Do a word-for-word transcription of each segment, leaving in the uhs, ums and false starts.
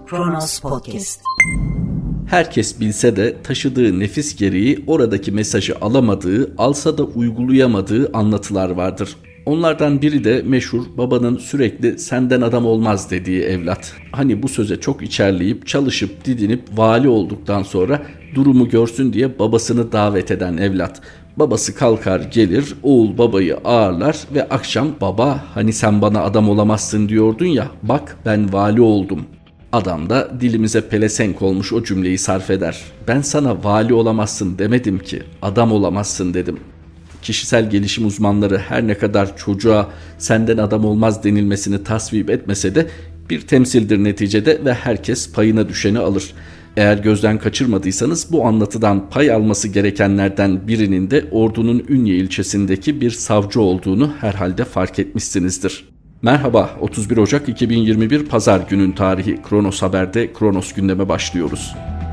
Kronos Podcast. Herkes bilse de taşıdığı nefis gereği oradaki mesajı alamadığı, alsa da uygulayamadığı anlatılar vardır. Onlardan biri de meşhur babanın sürekli senden adam olmaz dediği evlat. Hani bu söze çok içerleyip çalışıp didinip vali olduktan sonra durumu görsün diye babasını davet eden evlat. Babası kalkar gelir, oğul babayı ağırlar ve akşam baba hani sen bana adam olamazsın diyordun ya, bak ben vali oldum. Adam da dilimize pelesenk olmuş o cümleyi sarf eder. Ben sana vali olamazsın demedim ki, adam olamazsın dedim. Kişisel gelişim uzmanları her ne kadar çocuğa senden adam olmaz denilmesini tasvip etmese de bir temsildir neticede ve herkes payına düşeni alır. Eğer gözden kaçırmadıysanız bu anlatıdan pay alması gerekenlerden birinin de Ordu'nun Ünye ilçesindeki bir savcı olduğunu herhalde fark etmişsinizdir. Merhaba, otuz bir Ocak iki bin yirmi bir Pazar günün tarihi. Kronos Haber'de Kronos gündeme başlıyoruz.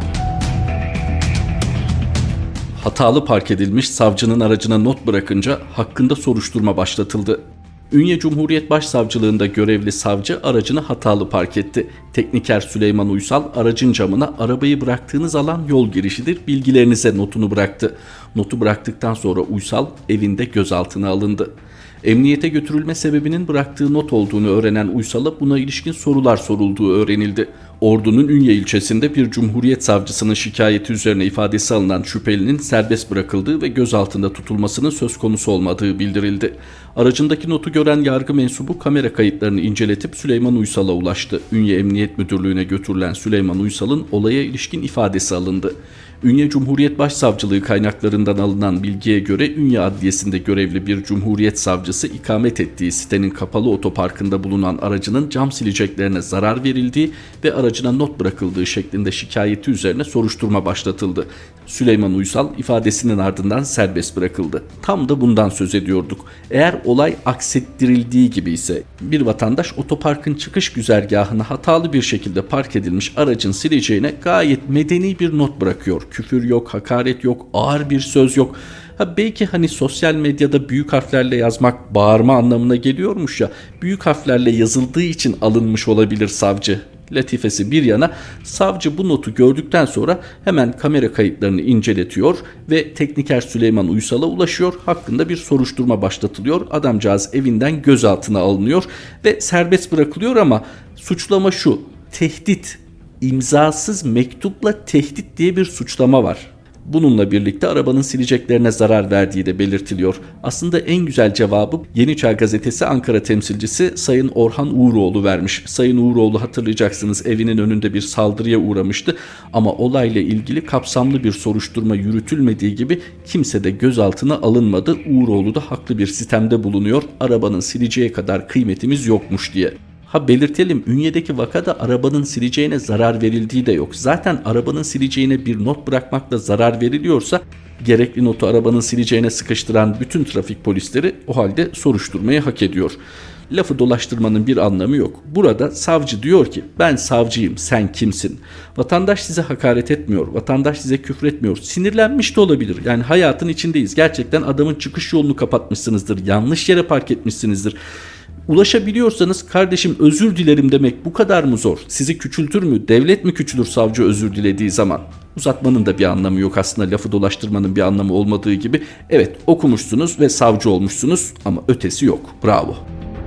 Hatalı park edilmiş savcının aracına not bırakınca hakkında soruşturma başlatıldı. Ünye Cumhuriyet Başsavcılığında görevli savcı aracını hatalı park etti. Tekniker Süleyman Uysal aracın camına arabayı bıraktığınız alan yol girişidir, bilgilerinize notunu bıraktı. Notu bıraktıktan sonra Uysal evinde gözaltına alındı. Emniyete götürülme sebebinin bıraktığı not olduğunu öğrenen Uysal'a buna ilişkin sorular sorulduğu öğrenildi. Ordu'nun Ünye ilçesinde bir Cumhuriyet savcısının şikayeti üzerine ifadesi alınan şüphelinin serbest bırakıldığı ve gözaltında tutulmasının söz konusu olmadığı bildirildi. Aracındaki notu gören yargı mensubu kamera kayıtlarını inceletip Süleyman Uysal'a ulaştı. Ünye Emniyet Müdürlüğü'ne götürülen Süleyman Uysal'ın olaya ilişkin ifadesi alındı. Ünye Cumhuriyet Başsavcılığı kaynaklarından alınan bilgiye göre Ünye Adliyesi'nde görevli bir Cumhuriyet savcısı ikamet ettiği sitenin kapalı otoparkında bulunan aracının cam sileceklerine zarar verildiği ve aracına not bırakıldığı şeklinde şikayeti üzerine soruşturma başlatıldı. Süleyman Uysal ifadesinin ardından serbest bırakıldı. Tam da bundan söz ediyorduk. Eğer olay aksettirildiği gibi ise bir vatandaş otoparkın çıkış güzergahına hatalı bir şekilde park edilmiş aracın sileceğine gayet medeni bir not bırakıyor. Küfür yok, hakaret yok, ağır bir söz yok. Ha belki hani sosyal medyada büyük harflerle yazmak bağırma anlamına geliyormuş ya, büyük harflerle yazıldığı için alınmış olabilir savcı. Latifesi bir yana, savcı bu notu gördükten sonra hemen kamera kayıtlarını inceletiyor ve tekniker Süleyman Uysal'a ulaşıyor. Hakkında bir soruşturma başlatılıyor. Adamcağız evinden gözaltına alınıyor ve serbest bırakılıyor ama suçlama şu: tehdit, imzasız mektupla tehdit diye bir suçlama var. Bununla birlikte arabanın sileceklerine zarar verdiği de belirtiliyor. Aslında en güzel cevabı Yeni Çağ Gazetesi Ankara temsilcisi Sayın Orhan Uğuroğlu vermiş. Sayın Uğuroğlu hatırlayacaksınız evinin önünde bir saldırıya uğramıştı ama olayla ilgili kapsamlı bir soruşturma yürütülmediği gibi kimse de gözaltına alınmadı. Uğuroğlu da haklı bir sistemde bulunuyor. Arabanın sileceğe kadar kıymetimiz yokmuş diye. Ha belirtelim, Ünye'deki vakada arabanın sileceğine zarar verildiği de yok. Zaten arabanın sileceğine bir not bırakmakla zarar veriliyorsa gerekli notu arabanın sileceğine sıkıştıran bütün trafik polisleri o halde soruşturmayı hak ediyor. Lafı dolaştırmanın bir anlamı yok. Burada savcı diyor ki ben savcıyım, sen kimsin? Vatandaş size hakaret etmiyor, vatandaş size küfretmiyor, sinirlenmiş de olabilir. Yani hayatın içindeyiz. Gerçekten adamın çıkış yolunu kapatmışsınızdır, yanlış yere park etmişsinizdir. Ulaşabiliyorsanız kardeşim özür dilerim demek bu kadar mı zor? Sizi küçültür mü? Devlet mi küçülür savcı özür dilediği zaman? Uzatmanın da bir anlamı yok aslında, lafı dolaştırmanın bir anlamı olmadığı gibi. Evet, okumuşsunuz ve savcı olmuşsunuz ama ötesi yok. Bravo.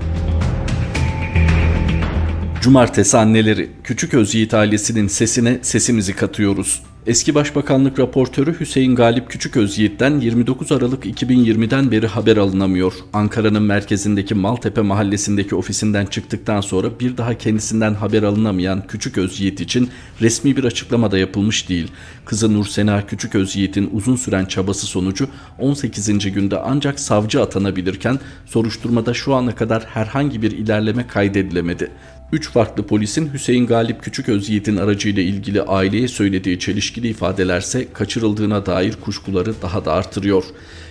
Cumartesi anneleri, Küçük Özyiğit ailesinin sesine sesimizi katıyoruz. Eski Başbakanlık raportörü Hüseyin Galip Küçük Özyiğit'ten yirmi dokuz Aralık iki bin yirmiden beri haber alınamıyor. Ankara'nın merkezindeki Maltepe mahallesindeki ofisinden çıktıktan sonra bir daha kendisinden haber alınamayan Küçük Özyiğit için resmi bir açıklama da yapılmış değil. Kızı Nursena Küçük Özyiğit'in uzun süren çabası sonucu on sekizinci günde ancak savcı atanabilirken soruşturmada şu ana kadar herhangi bir ilerleme kaydedilemedi. Üç farklı polisin Hüseyin Galip Küçük Özyiğit'in aracıyla ilgili aileye söylediği çelişkili ifadelerse kaçırıldığına dair kuşkuları daha da artırıyor.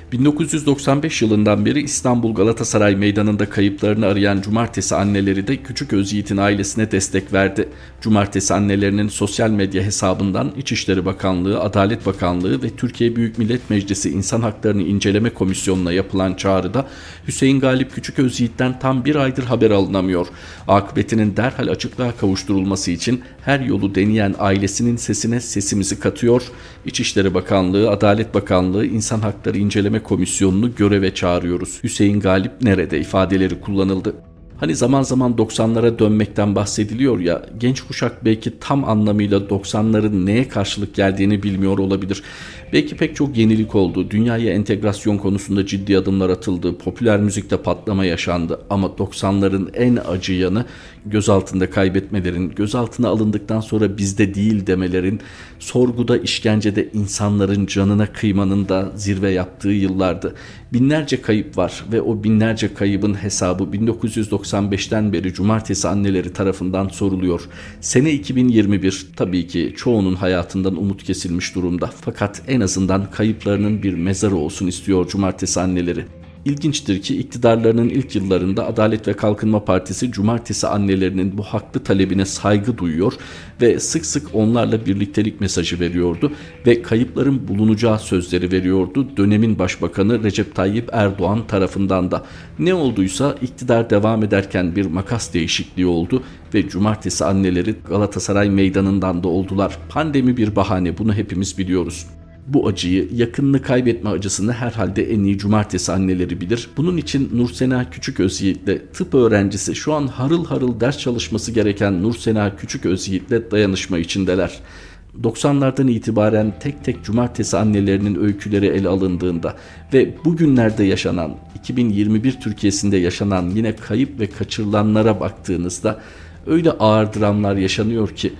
bin dokuz yüz doksan beş yılından beri İstanbul Galatasaray Meydanı'nda kayıplarını arayan Cumartesi Anneleri de Küçük Özyiğit'in ailesine destek verdi. Cumartesi Annelerinin sosyal medya hesabından İçişleri Bakanlığı, Adalet Bakanlığı ve Türkiye Büyük Millet Meclisi İnsan Haklarını İnceleme Komisyonu'na yapılan çağrıda Hüseyin Galip Küçük Özyiğit'ten tam bir aydır haber alınamıyor. Akıbetinin derhal açıklığa kavuşturulması için her yolu deneyen ailesinin sesine sesimizi katıyor. İçişleri Bakanlığı, Adalet Bakanlığı, İnsan Hakları İnceleme Komisyonu'nu göreve çağırıyoruz. Hüseyin Galip nerede ifadeleri kullanıldı. Hani zaman zaman doksanlara dönmekten bahsediliyor ya, genç kuşak belki tam anlamıyla doksanların neye karşılık geldiğini bilmiyor olabilir. Belki pek çok yenilik oldu, dünyaya entegrasyon konusunda ciddi adımlar atıldı, popüler müzikte patlama yaşandı ama doksanların en acı yanı gözaltında kaybetmelerin, gözaltına alındıktan sonra bizde değil demelerin, sorguda, işkencede insanların canına kıymanın da zirve yaptığı yıllardı. Binlerce kayıp var ve o binlerce kaybın hesabı bin dokuz yüz doksan beşten beri Cumartesi Anneleri tarafından soruluyor. Sene iki bin yirmi bir, tabii ki çoğunun hayatından umut kesilmiş durumda. Fakat en azından kayıplarının bir mezarı olsun istiyor Cumartesi Anneleri. İlginçtir ki iktidarlarının ilk yıllarında Adalet ve Kalkınma Partisi Cumartesi Annelerinin bu haklı talebine saygı duyuyor ve sık sık onlarla birliktelik mesajı veriyordu ve kayıpların bulunacağı sözleri veriyordu dönemin Başbakanı Recep Tayyip Erdoğan tarafından da. Ne olduysa iktidar devam ederken bir makas değişikliği oldu ve Cumartesi Anneleri Galatasaray Meydanı'ndan da oldular. Pandemi bir bahane, bunu hepimiz biliyoruz. Bu acıyı, yakınını kaybetme acısını herhalde en iyi Cumartesi Anneleri bilir. Bunun için Nursena Küçük Özyiğit'le tıp öğrencisi, şu an harıl harıl ders çalışması gereken Nursena Küçük Özyiğit'le dayanışma içindeler. doksanlardan itibaren tek tek Cumartesi Annelerinin öyküleri ele alındığında ve bugünlerde yaşanan, iki bin yirmi bir Türkiye'sinde yaşanan yine kayıp ve kaçırılanlara baktığınızda öyle ağır dramlar yaşanıyor ki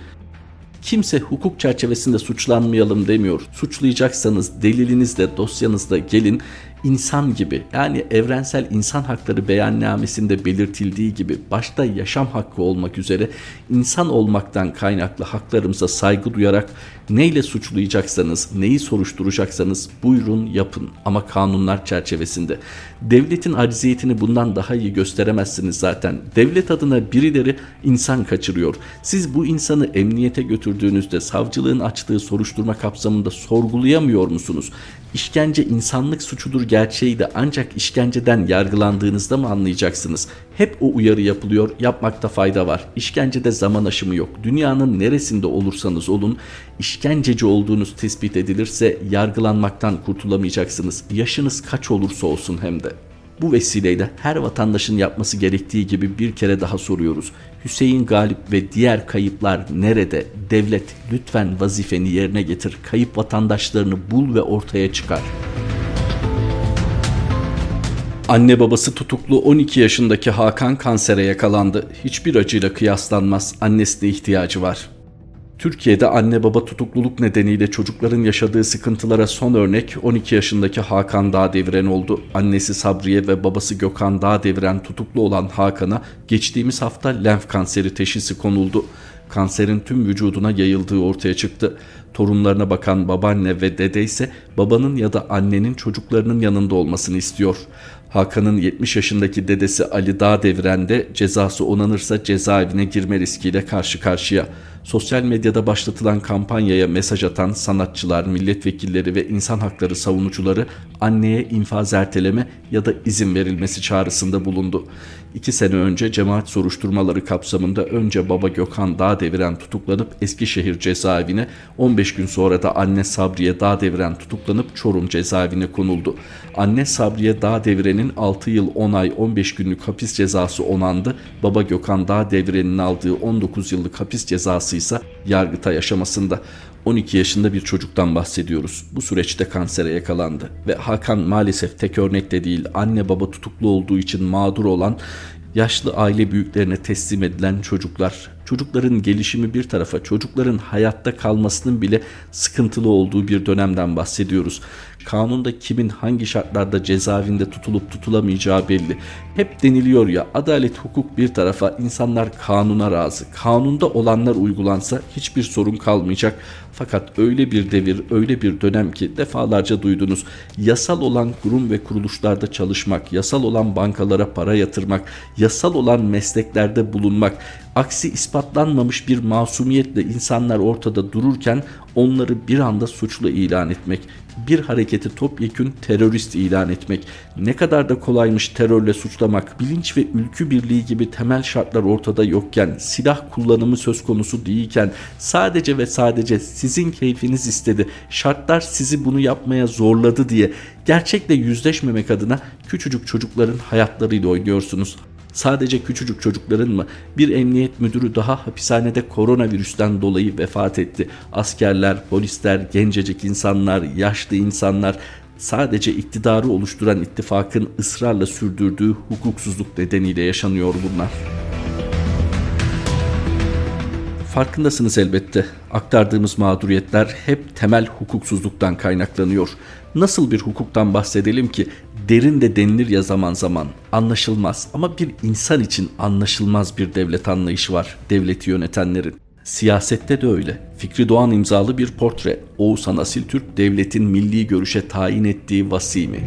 kimse hukuk çerçevesinde suçlanmayalım demiyor. Suçlayacaksanız delilinizle, dosyanızla gelin, insan gibi, yani evrensel insan hakları beyannamesinde belirtildiği gibi başta yaşam hakkı olmak üzere insan olmaktan kaynaklı haklarımıza saygı duyarak neyle suçlayacaksanız, neyi soruşturacaksanız buyurun yapın ama kanunlar çerçevesinde. Devletin acziyetini bundan daha iyi gösteremezsiniz zaten. Devlet adına birileri insan kaçırıyor. Siz bu insanı emniyete götürdüğünüzde savcılığın açtığı soruşturma kapsamında sorgulayamıyor musunuz? İşkence insanlık suçudur gerçeği de ancak işkenceden yargılandığınızda mı anlayacaksınız? Hep o uyarı yapılıyor, yapmakta fayda var. İşkencede zaman aşımı yok. Dünyanın neresinde olursanız olun, işkenceci olduğunuz tespit edilirse yargılanmaktan kurtulamayacaksınız. Yaşınız kaç olursa olsun hem de. Bu vesileyle her vatandaşın yapması gerektiği gibi bir kere daha soruyoruz. Hüseyin Galip ve diğer kayıplar nerede? Devlet lütfen vazifeni yerine getir. Kayıp vatandaşlarını bul ve ortaya çıkar. Anne babası tutuklu on iki yaşındaki Hakan kansere yakalandı. Hiçbir acıyla kıyaslanmaz. Annesine ihtiyacı var. Türkiye'de anne baba tutukluluk nedeniyle çocukların yaşadığı sıkıntılara son örnek on iki yaşındaki Hakan Dağdeviren oldu. Annesi Sabriye ve babası Gökhan Dağdeviren tutuklu olan Hakan'a geçtiğimiz hafta lenf kanseri teşhisi konuldu. Kanserin tüm vücuduna yayıldığı ortaya çıktı. Torunlarına bakan babaanne ve dede ise babanın ya da annenin çocuklarının yanında olmasını istiyor. Hakan'ın yetmiş yaşındaki dedesi Ali Dağdeviren de cezası onanırsa cezaevine girme riskiyle karşı karşıya. Sosyal medyada başlatılan kampanyaya mesaj atan sanatçılar, milletvekilleri ve insan hakları savunucuları anneye infaz erteleme ya da izin verilmesi çağrısında bulundu. İki sene önce cemaat soruşturmaları kapsamında önce baba Gökhan Dağdeviren tutuklanıp Eskişehir cezaevine, on beş gün sonra da anne Sabriye Dağdeviren tutuklanıp Çorum cezaevine konuldu. Anne Sabriye Dağdeviren'in altı yıl on ay on beş günlük hapis cezası onandı. Baba Gökhan Dağdeviren'in aldığı on dokuz yıllık hapis cezası ise Yargıtay aşamasında. on iki yaşında bir çocuktan bahsediyoruz. Bu süreçte kansere yakalandı ve Hakan maalesef tek örnek de değil, anne baba tutuklu olduğu için mağdur olan, yaşlı aile büyüklerine teslim edilen çocuklar. Çocukların gelişimi bir tarafa, çocukların hayatta kalmasının bile sıkıntılı olduğu bir dönemden bahsediyoruz. Kanunda kimin hangi şartlarda cezaevinde tutulup tutulamayacağı belli. Hep deniliyor ya, adalet hukuk bir tarafa, insanlar kanuna razı. Kanunda olanlar uygulansa hiçbir sorun kalmayacak. Fakat öyle bir devir, öyle bir dönem ki defalarca duydunuz. Yasal olan kurum ve kuruluşlarda çalışmak, yasal olan bankalara para yatırmak, yasal olan mesleklerde bulunmak, aksi ispatlanmamış bir masumiyetle insanlar ortada dururken onları bir anda suçlu ilan etmek, bir hareketi topyekün terörist ilan etmek, ne kadar da kolaymış terörle suçlamak, bilinç ve ülkü birliği gibi temel şartlar ortada yokken, silah kullanımı söz konusu değilken, sadece ve sadece sizin keyfiniz istedi, şartlar sizi bunu yapmaya zorladı diye gerçekle yüzleşmemek adına küçücük çocukların hayatlarıyla oynuyorsunuz. Sadece küçücük çocukların mı? Bir emniyet müdürü daha hapishanede koronavirüsten dolayı vefat etti. Askerler, polisler, gencecik insanlar, yaşlı insanlar, sadece iktidarı oluşturan ittifakın ısrarla sürdürdüğü hukuksuzluk nedeniyle yaşanıyor bunlar. Farkındasınız elbette. Aktardığımız mağduriyetler hep temel hukuksuzluktan kaynaklanıyor. Nasıl bir hukuktan bahsedelim ki derin de denilir ya zaman zaman, anlaşılmaz ama bir insan için anlaşılmaz bir devlet anlayışı var devleti yönetenlerin. Siyasette de öyle. Fikri Doğan imzalı bir portre. Oğuzhan Asiltürk devletin milli görüşe tayin ettiği vasi mi?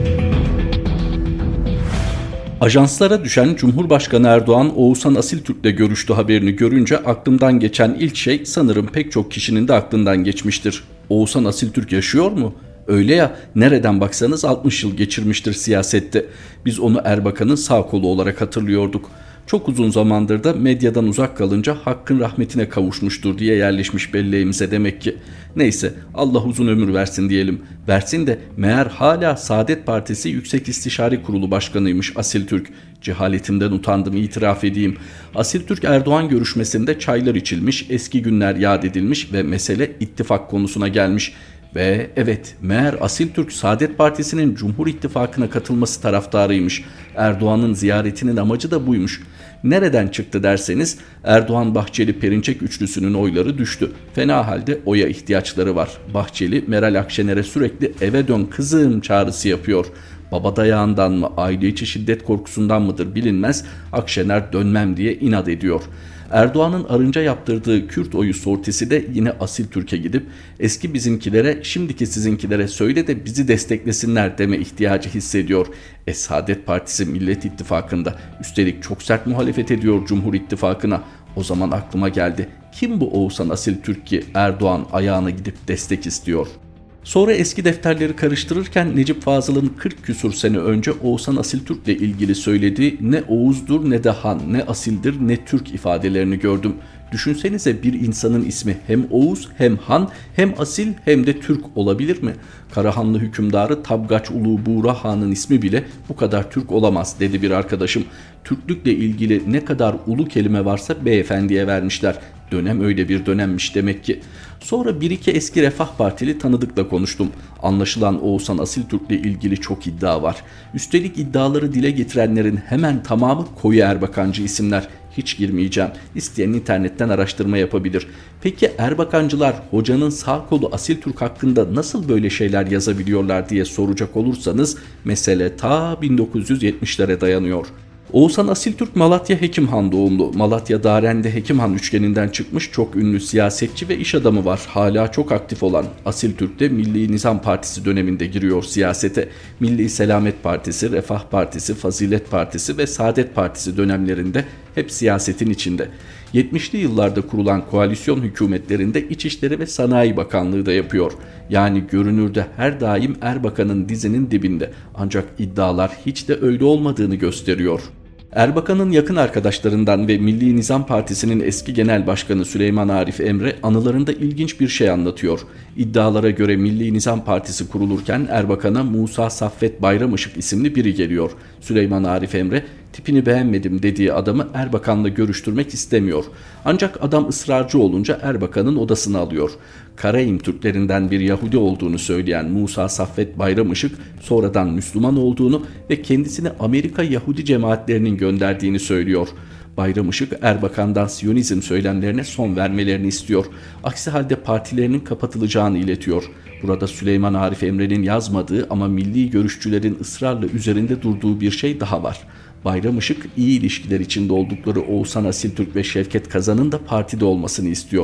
Ajanslara düşen Cumhurbaşkanı Erdoğan Oğuzhan Asiltürk'le görüştü haberini görünce aklımdan geçen ilk şey sanırım pek çok kişinin de aklından geçmiştir. Oğuzhan Asiltürk yaşıyor mu? Öyle ya, nereden baksanız altmış yıl geçirmiştir siyasette. Biz onu Erbakan'ın sağ kolu olarak hatırlıyorduk. Çok uzun zamandır da medyadan uzak kalınca hakkın rahmetine kavuşmuştur diye yerleşmiş belleğimize demek ki. Neyse, Allah uzun ömür versin diyelim. Versin de meğer hala Saadet Partisi Yüksek İstişare Kurulu Başkanıymış Asiltürk. Cehaletimden utandım, itiraf edeyim. Asiltürk Erdoğan görüşmesinde çaylar içilmiş, eski günler yad edilmiş ve mesele ittifak konusuna gelmiş. Ve evet, meğer Asiltürk Saadet Partisi'nin Cumhur İttifakı'na katılması taraftarıymış. Erdoğan'ın ziyaretinin amacı da buymuş. Nereden çıktı derseniz Erdoğan Bahçeli Perinçek üçlüsünün oyları düştü. Fena halde oya ihtiyaçları var. Bahçeli Meral Akşener'e sürekli eve dön kızım çağrısı yapıyor. Baba dayağından mı, aile içi şiddet korkusundan mıdır bilinmez, Akşener dönmem diye inat ediyor. Erdoğan'ın arınca yaptırdığı Kürt oyu sortisi de yine Asiltürk'e gidip eski bizimkilere şimdiki sizinkilere söyle de bizi desteklesinler deme ihtiyacı hissediyor. E Saadet Partisi Millet İttifakı'nda, üstelik çok sert muhalefet ediyor Cumhur İttifakı'na. O zaman aklıma geldi, kim bu Oğuzhan Asiltürk ki Erdoğan ayağına gidip destek istiyor? Sonra eski defterleri karıştırırken Necip Fazıl'ın kırk küsur sene önce Oğuzhan Asiltürk'le ilgili söylediği ne Oğuz'dur ne de Han, ne asildir ne Türk ifadelerini gördüm. Düşünsenize, bir insanın ismi hem Oğuz hem Han hem asil hem de Türk olabilir mi? Karahanlı hükümdarı Tabgaç Ulu Buğra Han'ın ismi bile bu kadar Türk olamaz dedi bir arkadaşım. Türklükle ilgili ne kadar ulu kelime varsa beyefendiye vermişler. Dönem öyle bir dönemmiş demek ki. Sonra bir iki eski Refah Partili tanıdıkla konuştum. Anlaşılan Oğuzhan Asiltürk'le ilgili çok iddia var. Üstelik iddiaları dile getirenlerin hemen tamamı koyu Erbakancı isimler. Hiç girmeyeceğim. İsteyen internetten araştırma yapabilir. Peki Erbakancılar hocanın sağ kolu Asiltürk hakkında nasıl böyle şeyler yazabiliyorlar diye soracak olursanız mesele ta bin dokuz yüz yetmişlere dayanıyor. Oğuzhan Asiltürk Malatya Hekimhan doğumlu. Malatya Daren'de Hekimhan üçgeninden çıkmış çok ünlü siyasetçi ve iş adamı var. Hala çok aktif olan Asiltürk de Milli Nizam Partisi döneminde giriyor siyasete. Milli Selamet Partisi, Refah Partisi, Fazilet Partisi ve Saadet Partisi dönemlerinde hep siyasetin içinde. yetmişli yıllarda kurulan koalisyon hükümetlerinde İçişleri ve Sanayi Bakanlığı da yapıyor. Yani görünürde her daim Erbakan'ın dizinin dibinde. Ancak iddialar hiç de öyle olmadığını gösteriyor. Erbakan'ın yakın arkadaşlarından ve Milli Nizam Partisi'nin eski genel başkanı Süleyman Arif Emre anılarında ilginç bir şey anlatıyor. İddialara göre Milli Nizam Partisi kurulurken Erbakan'a Musa Saffet Bayramışık isimli biri geliyor. Süleyman Arif Emre tipini beğenmedim dediği adamı Erbakan'la görüştürmek istemiyor. Ancak adam ısrarcı olunca Erbakan'ın odasını alıyor. Karaim Türklerinden bir Yahudi olduğunu söyleyen Musa Saffet Bayramışık sonradan Müslüman olduğunu ve kendisini Amerika Yahudi cemaatlerinin gönderdiğini söylüyor. Bayramışık Erbakan'dan Siyonizm söylemlerine son vermelerini istiyor. Aksi halde partilerinin kapatılacağını iletiyor. Burada Süleyman Arif Emre'nin yazmadığı ama milli görüşçülerin ısrarla üzerinde durduğu bir şey daha var. Bayramışık iyi ilişkiler içinde oldukları Oğuzhan Asiltürk ve Şevket Kazan'ın da partide olmasını istiyor.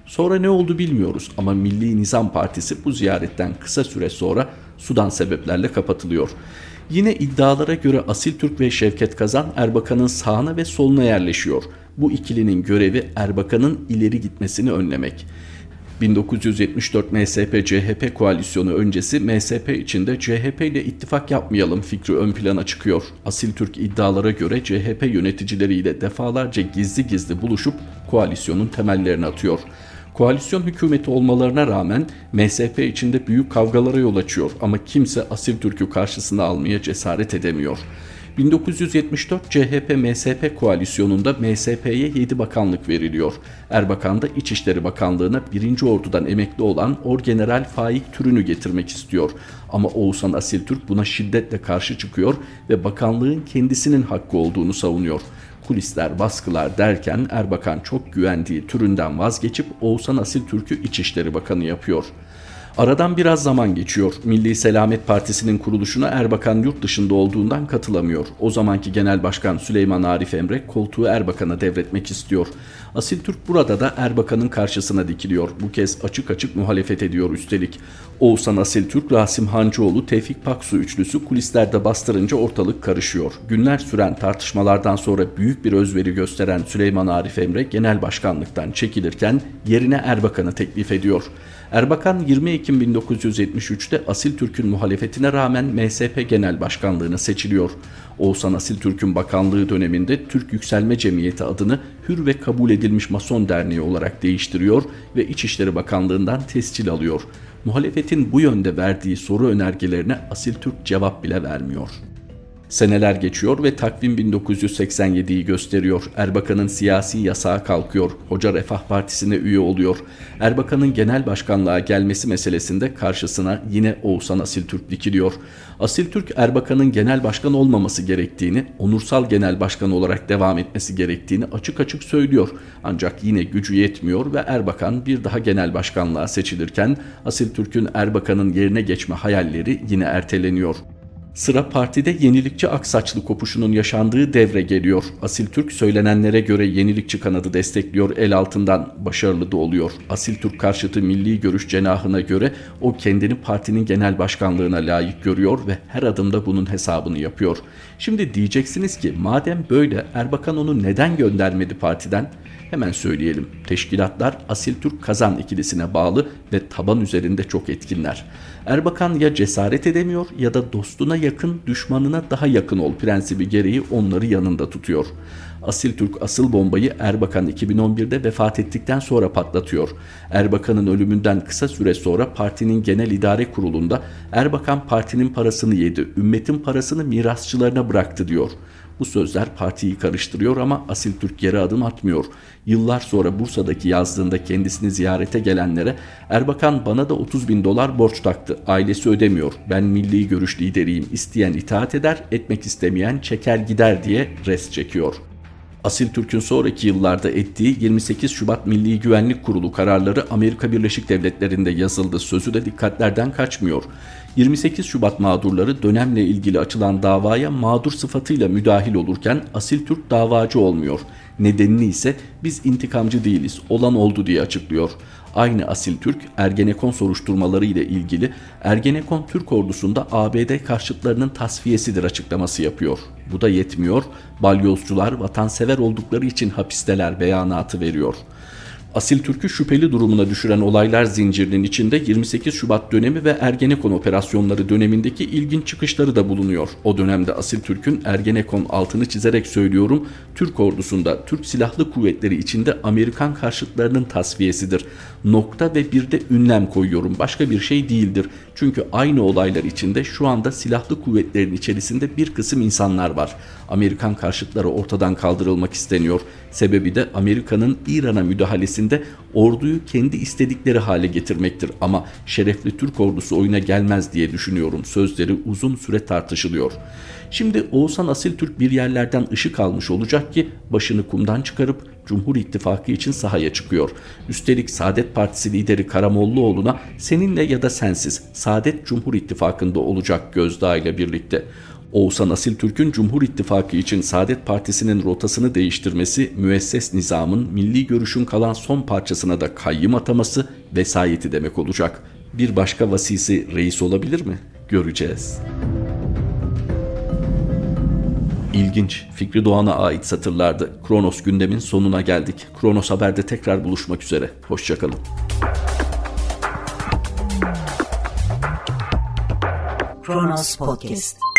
Sonra ne oldu bilmiyoruz ama Milli Nizam Partisi bu ziyaretten kısa süre sonra Sudan sebeplerle kapatılıyor. Yine iddialara göre Asil Türk ve Şevket Kazan Erbakan'ın sağına ve soluna yerleşiyor. Bu ikilinin görevi Erbakan'ın ileri gitmesini önlemek. bin dokuz yüz yetmiş dört M S P C H P koalisyonu öncesi M S P içinde C H P ile ittifak yapmayalım fikri ön plana çıkıyor. Asil Türk iddialara göre C H P yöneticileriyle defalarca gizli gizli buluşup koalisyonun temellerini atıyor. Koalisyon hükümeti olmalarına rağmen M S P içinde büyük kavgalara yol açıyor ama kimse Asil Türk'ü karşısına almaya cesaret edemiyor. bin dokuz yüz yetmiş dört C H P M S P koalisyonunda M S P'ye yedi bakanlık veriliyor. Erbakan da İçişleri Bakanlığı'na birinci Ordu'dan emekli olan Orgeneral Faik Türün'ü getirmek istiyor. Ama Oğuzhan Asil Türk buna şiddetle karşı çıkıyor ve bakanlığın kendisinin hakkı olduğunu savunuyor. Kulisler, baskılar derken Erbakan çok güvendiği Türünden vazgeçip Oğuzhan Asil Türk'ü İçişleri Bakanı yapıyor. Aradan biraz zaman geçiyor. Milli Selamet Partisi'nin kuruluşuna Erbakan yurt dışında olduğundan katılamıyor. O zamanki Genel Başkan Süleyman Arif Emre koltuğu Erbakan'a devretmek istiyor. Asil Türk burada da Erbakan'ın karşısına dikiliyor. Bu kez açık açık muhalefet ediyor üstelik. Oğuzhan Asil Türk, Rasim Hancıoğlu, Tevfik Paksu üçlüsü kulislerde bastırınca ortalık karışıyor. Günler süren tartışmalardan sonra büyük bir özveri gösteren Süleyman Arif Emre Genel Başkanlıktan çekilirken yerine Erbakan'ı teklif ediyor. Erbakan yirmi Ekim bin dokuz yüz yetmiş üç'te Asil Türk'ün muhalefetine rağmen M S P Genel Başkanlığı'na seçiliyor. Oğuzhan Asil Türk'ün bakanlığı döneminde Türk Yükselme Cemiyeti adını Hür ve Kabul Edilmiş Mason Derneği olarak değiştiriyor ve İçişleri Bakanlığı'ndan tescil alıyor. Muhalefetin bu yönde verdiği soru önergelerine Asil Türk cevap bile vermiyor. Seneler geçiyor ve takvim bin dokuz yüz seksen yedi'yi gösteriyor. Erbakan'ın siyasi yasağı kalkıyor. Hoca Refah Partisi'ne üye oluyor. Erbakan'ın genel başkanlığa gelmesi meselesinde karşısına yine Oğuzhan Asil Türk dikiliyor. Asil Türk, Erbakan'ın genel başkan olmaması gerektiğini, onursal genel başkan olarak devam etmesi gerektiğini açık açık söylüyor. Ancak yine gücü yetmiyor ve Erbakan bir daha genel başkanlığa seçilirken Asil Türk'ün Erbakan'ın yerine geçme hayalleri yine erteleniyor. Sıra partide yenilikçi Aksaçlı kopuşunun yaşandığı devre geliyor. Asil Türk söylenenlere göre yenilikçi kanadı destekliyor, el altından başarılı da oluyor. Asil Türk karşıtı Milli Görüş cenahına göre o kendini partinin genel başkanlığına layık görüyor ve her adımda bunun hesabını yapıyor. Şimdi diyeceksiniz ki madem böyle Erbakan onu neden göndermedi partiden? Hemen söyleyelim. Teşkilatlar Asil Türk Kazan ikilisine bağlı ve taban üzerinde çok etkinler. Erbakan ya cesaret edemiyor ya da dostuna yakın, düşmanına daha yakın ol prensibi gereği onları yanında tutuyor. Asil Türk asıl bombayı Erbakan iki bin on bir'de vefat ettikten sonra patlatıyor. Erbakan'ın ölümünden kısa süre sonra partinin genel idare kurulunda Erbakan partinin parasını yedi, ümmetin parasını mirasçılarına bıraktı diyor. Bu sözler partiyi karıştırıyor ama Asil Türk geri adım atmıyor. Yıllar sonra Bursa'daki yazdığında kendisini ziyarete gelenlere Erbakan bana da otuz bin dolar borç taktı. Ailesi ödemiyor. Ben milli görüş lideriyim. İsteyen itaat eder, etmek istemeyen çeker gider diye res çekiyor. Asil Türk'ün sonraki yıllarda ettiği yirmi sekiz Şubat Milli Güvenlik Kurulu kararları Amerika Birleşik Devletleri'nde yazıldı. Sözü de dikkatlerden kaçmıyor. yirmi sekiz Şubat mağdurları dönemle ilgili açılan davaya mağdur sıfatıyla müdahil olurken Asil Türk davacı olmuyor. Nedenini ise biz intikamcı değiliz, olan oldu diye açıklıyor. Aynı Asil Türk, Ergenekon soruşturmaları ile ilgili Ergenekon Türk ordusunda A B D karşıtlarının tasfiyesidir açıklaması yapıyor. Bu da yetmiyor, balyozcular vatansever oldukları için hapisteler beyanatı veriyor. Asil Türk'ü şüpheli durumuna düşüren olaylar zincirinin içinde yirmi sekiz Şubat dönemi ve Ergenekon operasyonları dönemindeki ilginç çıkışları da bulunuyor. O dönemde Asil Türk'ün Ergenekon altını çizerek söylüyorum, Türk ordusunda, Türk Silahlı Kuvvetleri içinde Amerikan karşıtlarının tasfiyesidir. Nokta ve bir de ünlem koyuyorum. Başka bir şey değildir. Çünkü aynı olaylar içinde şu anda silahlı kuvvetlerin içerisinde bir kısım insanlar var. Amerikan karşıtları ortadan kaldırılmak isteniyor. Sebebi de Amerika'nın İran'a müdahalesinde orduyu kendi istedikleri hale getirmektir. Ama şerefli Türk ordusu oyuna gelmez diye düşünüyorum. Sözleri uzun süre tartışılıyor. Şimdi Oğuzhan Asil Türk bir yerlerden ışık almış olacak ki başını kumdan çıkarıp Cumhur İttifakı için sahaya çıkıyor. Üstelik Saadet Partisi lideri Karamollaoğlu'na seninle ya da sensiz Saadet Cumhur İttifakı'nda olacak gözdağı ile birlikte. Oğuzhan Asiltürk'ün Cumhur İttifakı için Saadet Partisi'nin rotasını değiştirmesi, müesses nizamın milli görüşün kalan son parçasına da kayyım ataması vesayeti demek olacak. Bir başka vasisi reis olabilir mi? Göreceğiz. İlginç, Fikri Doğan'a ait satırlardı. Kronos gündemin sonuna geldik. Kronos Haber'de tekrar buluşmak üzere. Hoşçakalın. Kronos Podcast.